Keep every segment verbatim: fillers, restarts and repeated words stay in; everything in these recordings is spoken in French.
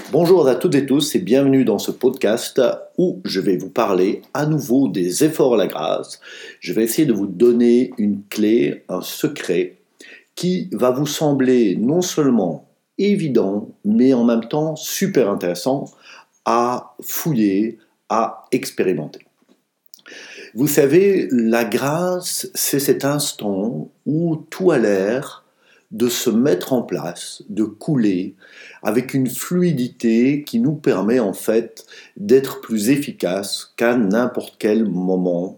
Bonjour à toutes et tous et bienvenue dans ce podcast où je vais vous parler à nouveau des efforts à la grâce. Je vais essayer de vous donner une clé, un secret qui va vous sembler non seulement évident, mais en même temps super intéressant à fouiller, à expérimenter. Vous savez, la grâce, c'est cet instant où tout a l'air de se mettre en place, de couler, avec une fluidité qui nous permet en fait d'être plus efficace qu'à n'importe quel moment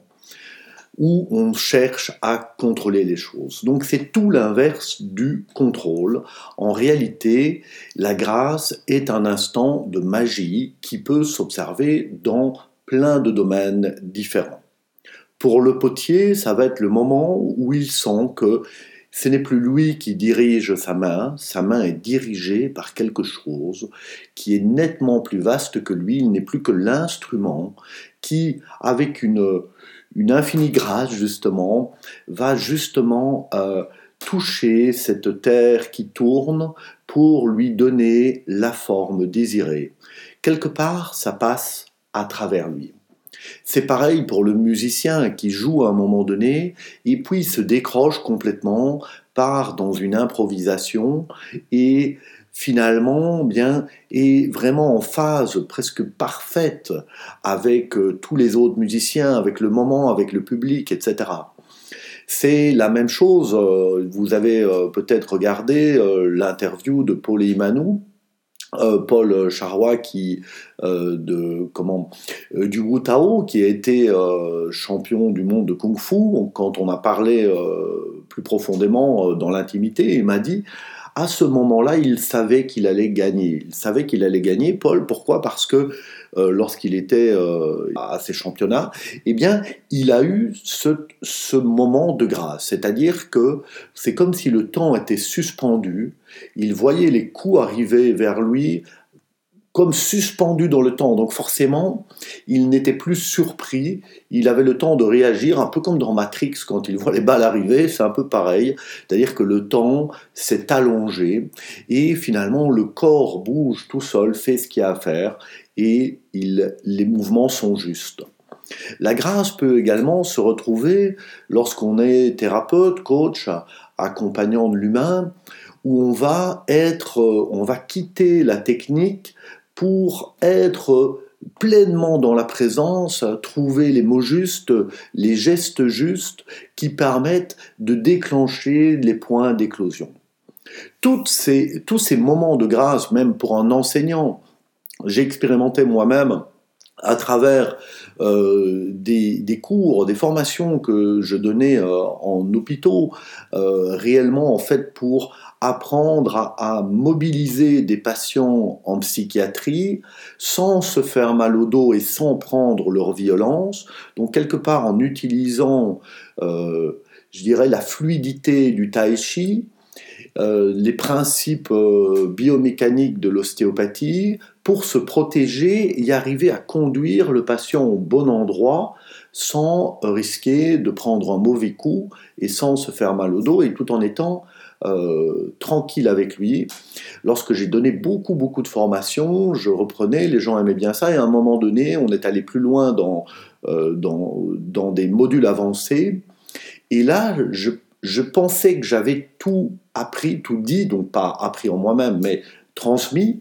où on cherche à contrôler les choses. Donc c'est tout l'inverse du contrôle. En réalité, la grâce est un instant de magie qui peut s'observer dans plein de domaines différents. Pour le potier, ça va être le moment où il sent que ce n'est plus lui qui dirige sa main, sa main est dirigée par quelque chose qui est nettement plus vaste que lui, il n'est plus que l'instrument qui, avec une, une infinie grâce justement, va justement euh, toucher cette terre qui tourne pour lui donner la forme désirée. Quelque part, ça passe à travers lui. C'est pareil pour le musicien qui joue à un moment donné et puis se décroche complètement, part dans une improvisation et finalement bien est vraiment en phase presque parfaite avec euh, tous les autres musiciens, avec le moment, avec le public, et cetera. C'est la même chose, euh, vous avez euh, peut-être regardé euh, l'interview de Paul Imanou, Euh, Paul Charrois qui euh, de comment euh, du Wu Tao qui a été euh, champion du monde de Kung Fu. Quand on a parlé euh, plus profondément euh, dans l'intimité, il m'a dit à ce moment-là, il savait qu'il allait gagner. Il savait qu'il allait gagner, Paul. Pourquoi ? Parce que euh, lorsqu'il était euh, à ses championnats, eh bien, il a eu ce, ce moment de grâce. C'est-à-dire que c'est comme si le temps était suspendu. Il voyait les coups arriver vers lui comme suspendu dans le temps. Donc forcément, il n'était plus surpris, il avait le temps de réagir, un peu comme dans Matrix, quand il voit les balles arriver, c'est un peu pareil. C'est-à-dire que le temps s'est allongé, et finalement le corps bouge tout seul, fait ce qu'il y a à faire, et il, les mouvements sont justes. La grâce peut également se retrouver lorsqu'on est thérapeute, coach, accompagnant de l'humain, où on va être, on va quitter la technique pour être pleinement dans la présence, trouver les mots justes, les gestes justes qui permettent de déclencher les points d'éclosion. Toutes ces, tous ces moments de grâce, même pour un enseignant, j'ai expérimenté moi-même à travers euh, des, des cours, des formations que je donnais euh, en hôpitaux, euh, réellement en fait pour apprendre à, à mobiliser des patients en psychiatrie sans se faire mal au dos et sans prendre leur violence, donc quelque part en utilisant, euh, je dirais, la fluidité du tai chi, Euh, les principes euh, biomécaniques de l'ostéopathie pour se protéger et arriver à conduire le patient au bon endroit sans risquer de prendre un mauvais coup et sans se faire mal au dos et tout en étant euh, tranquille avec lui. Lorsque j'ai donné beaucoup beaucoup de formations, je reprenais, les gens aimaient bien ça et à un moment donné, on est allé plus loin dans, euh, dans, dans des modules avancés et là, je Je pensais que j'avais tout appris, tout dit, donc pas appris en moi-même, mais transmis.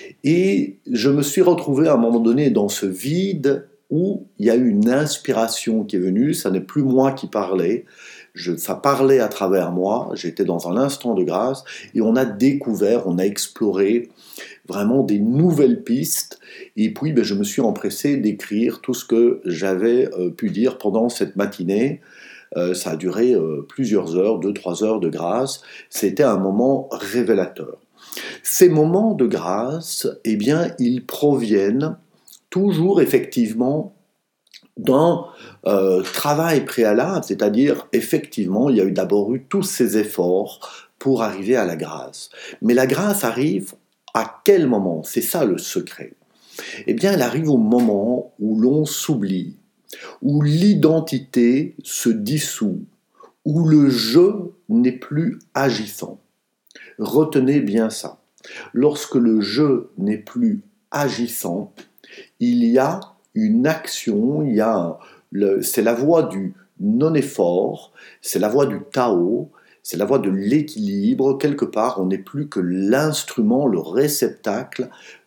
Et je me suis retrouvé à un moment donné dans ce vide où il y a eu une inspiration qui est venue. Ça n'est plus moi qui parlais. Je, ça parlait à travers moi. J'étais dans un instant de grâce. Et on a découvert, on a exploré vraiment des nouvelles pistes. Et puis, ben, je me suis empressé d'écrire tout ce que j'avais euh, pu dire pendant cette matinée. Euh, ça a duré euh, plusieurs heures, deux, trois heures de grâce. C'était un moment révélateur. Ces moments de grâce, eh bien, ils proviennent toujours effectivement d'un euh, travail préalable, c'est-à-dire effectivement, il y a eu d'abord eu tous ces efforts pour arriver à la grâce. Mais la grâce arrive à quel moment ? C'est ça le secret. Eh bien, elle arrive au moment où l'on s'oublie, où l'identité se dissout, où le je n'est plus agissant. Retenez bien ça. Lorsque le je n'est plus agissant, il y a une action, il y a un, le, c'est la voie du non-effort, c'est la voie du Tao, c'est la voie de l'équilibre. Quelque part, on n'est plus que l'instrument, le réceptacle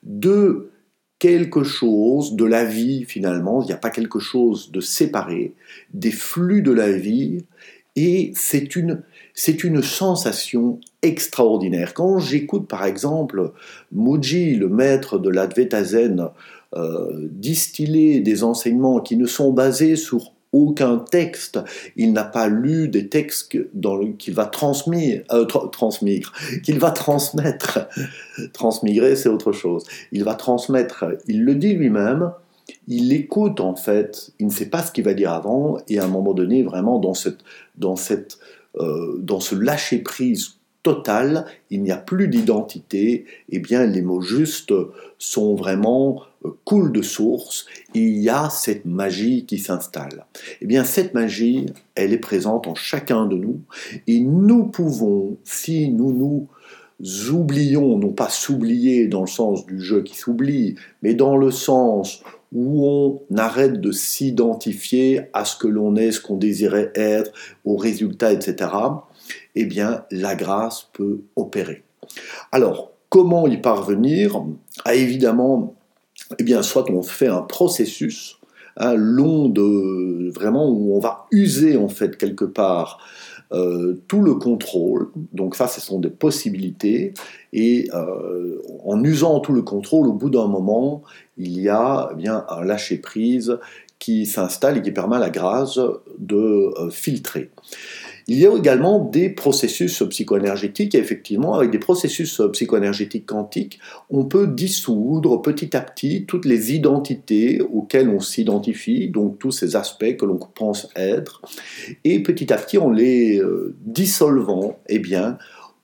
de quelque chose, de la vie finalement. Il n'y a pas quelque chose de séparé, des flux de la vie, et c'est une, c'est une sensation extraordinaire. Quand j'écoute par exemple Mooji, le maître de l'Advaita Zen, euh, distiller des enseignements qui ne sont basés sur aucun texte, il n'a pas lu des textes dans le, qu'il va transmettre, euh, tra- transmigre, qu'il va transmettre. Transmigrer, c'est autre chose. Il va transmettre, il le dit lui-même, il écoute en fait, il ne sait pas ce qu'il va dire avant, et à un moment donné, vraiment dans, cette, dans, cette, euh, dans ce lâcher-prise total, il n'y a plus d'identité, et bien les mots justes sont vraiment euh, coulent de source, et il y a cette magie qui s'installe. Et bien cette magie, elle est présente en chacun de nous, et nous pouvons, si nous nous oublions, non pas s'oublier dans le sens du jeu qui s'oublie, mais dans le sens où on arrête de s'identifier à ce que l'on est, ce qu'on désirait être, aux résultats, et cetera, eh bien, la grâce peut opérer. Alors, comment y parvenir ? Ah, évidemment, eh bien, soit on fait un processus hein, long de vraiment où on va user en fait quelque part euh, tout le contrôle. Donc ça, ce sont des possibilités. Et euh, en usant tout le contrôle, au bout d'un moment, il y a eh bien un lâcher prise qui s'installe et qui permet à la grâce de euh, filtrer. Il y a également des processus psychoénergétiques, et effectivement, avec des processus psychoénergétiques quantiques, on peut dissoudre petit à petit toutes les identités auxquelles on s'identifie, donc tous ces aspects que l'on pense être, et petit à petit, en les euh, dissolvant, eh bien,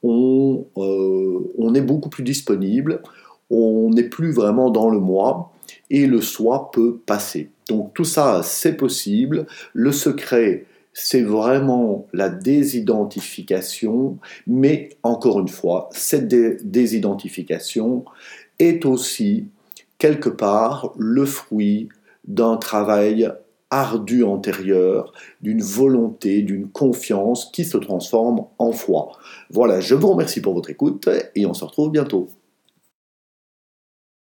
on, euh, on est beaucoup plus disponible, on n'est plus vraiment dans le moi, et le soi peut passer. Donc tout ça, c'est possible. Le secret, c'est vraiment la désidentification, mais encore une fois, cette dé- désidentification est aussi quelque part le fruit d'un travail ardu antérieur, d'une volonté, d'une confiance qui se transforme en foi. Voilà, je vous remercie pour votre écoute et on se retrouve bientôt.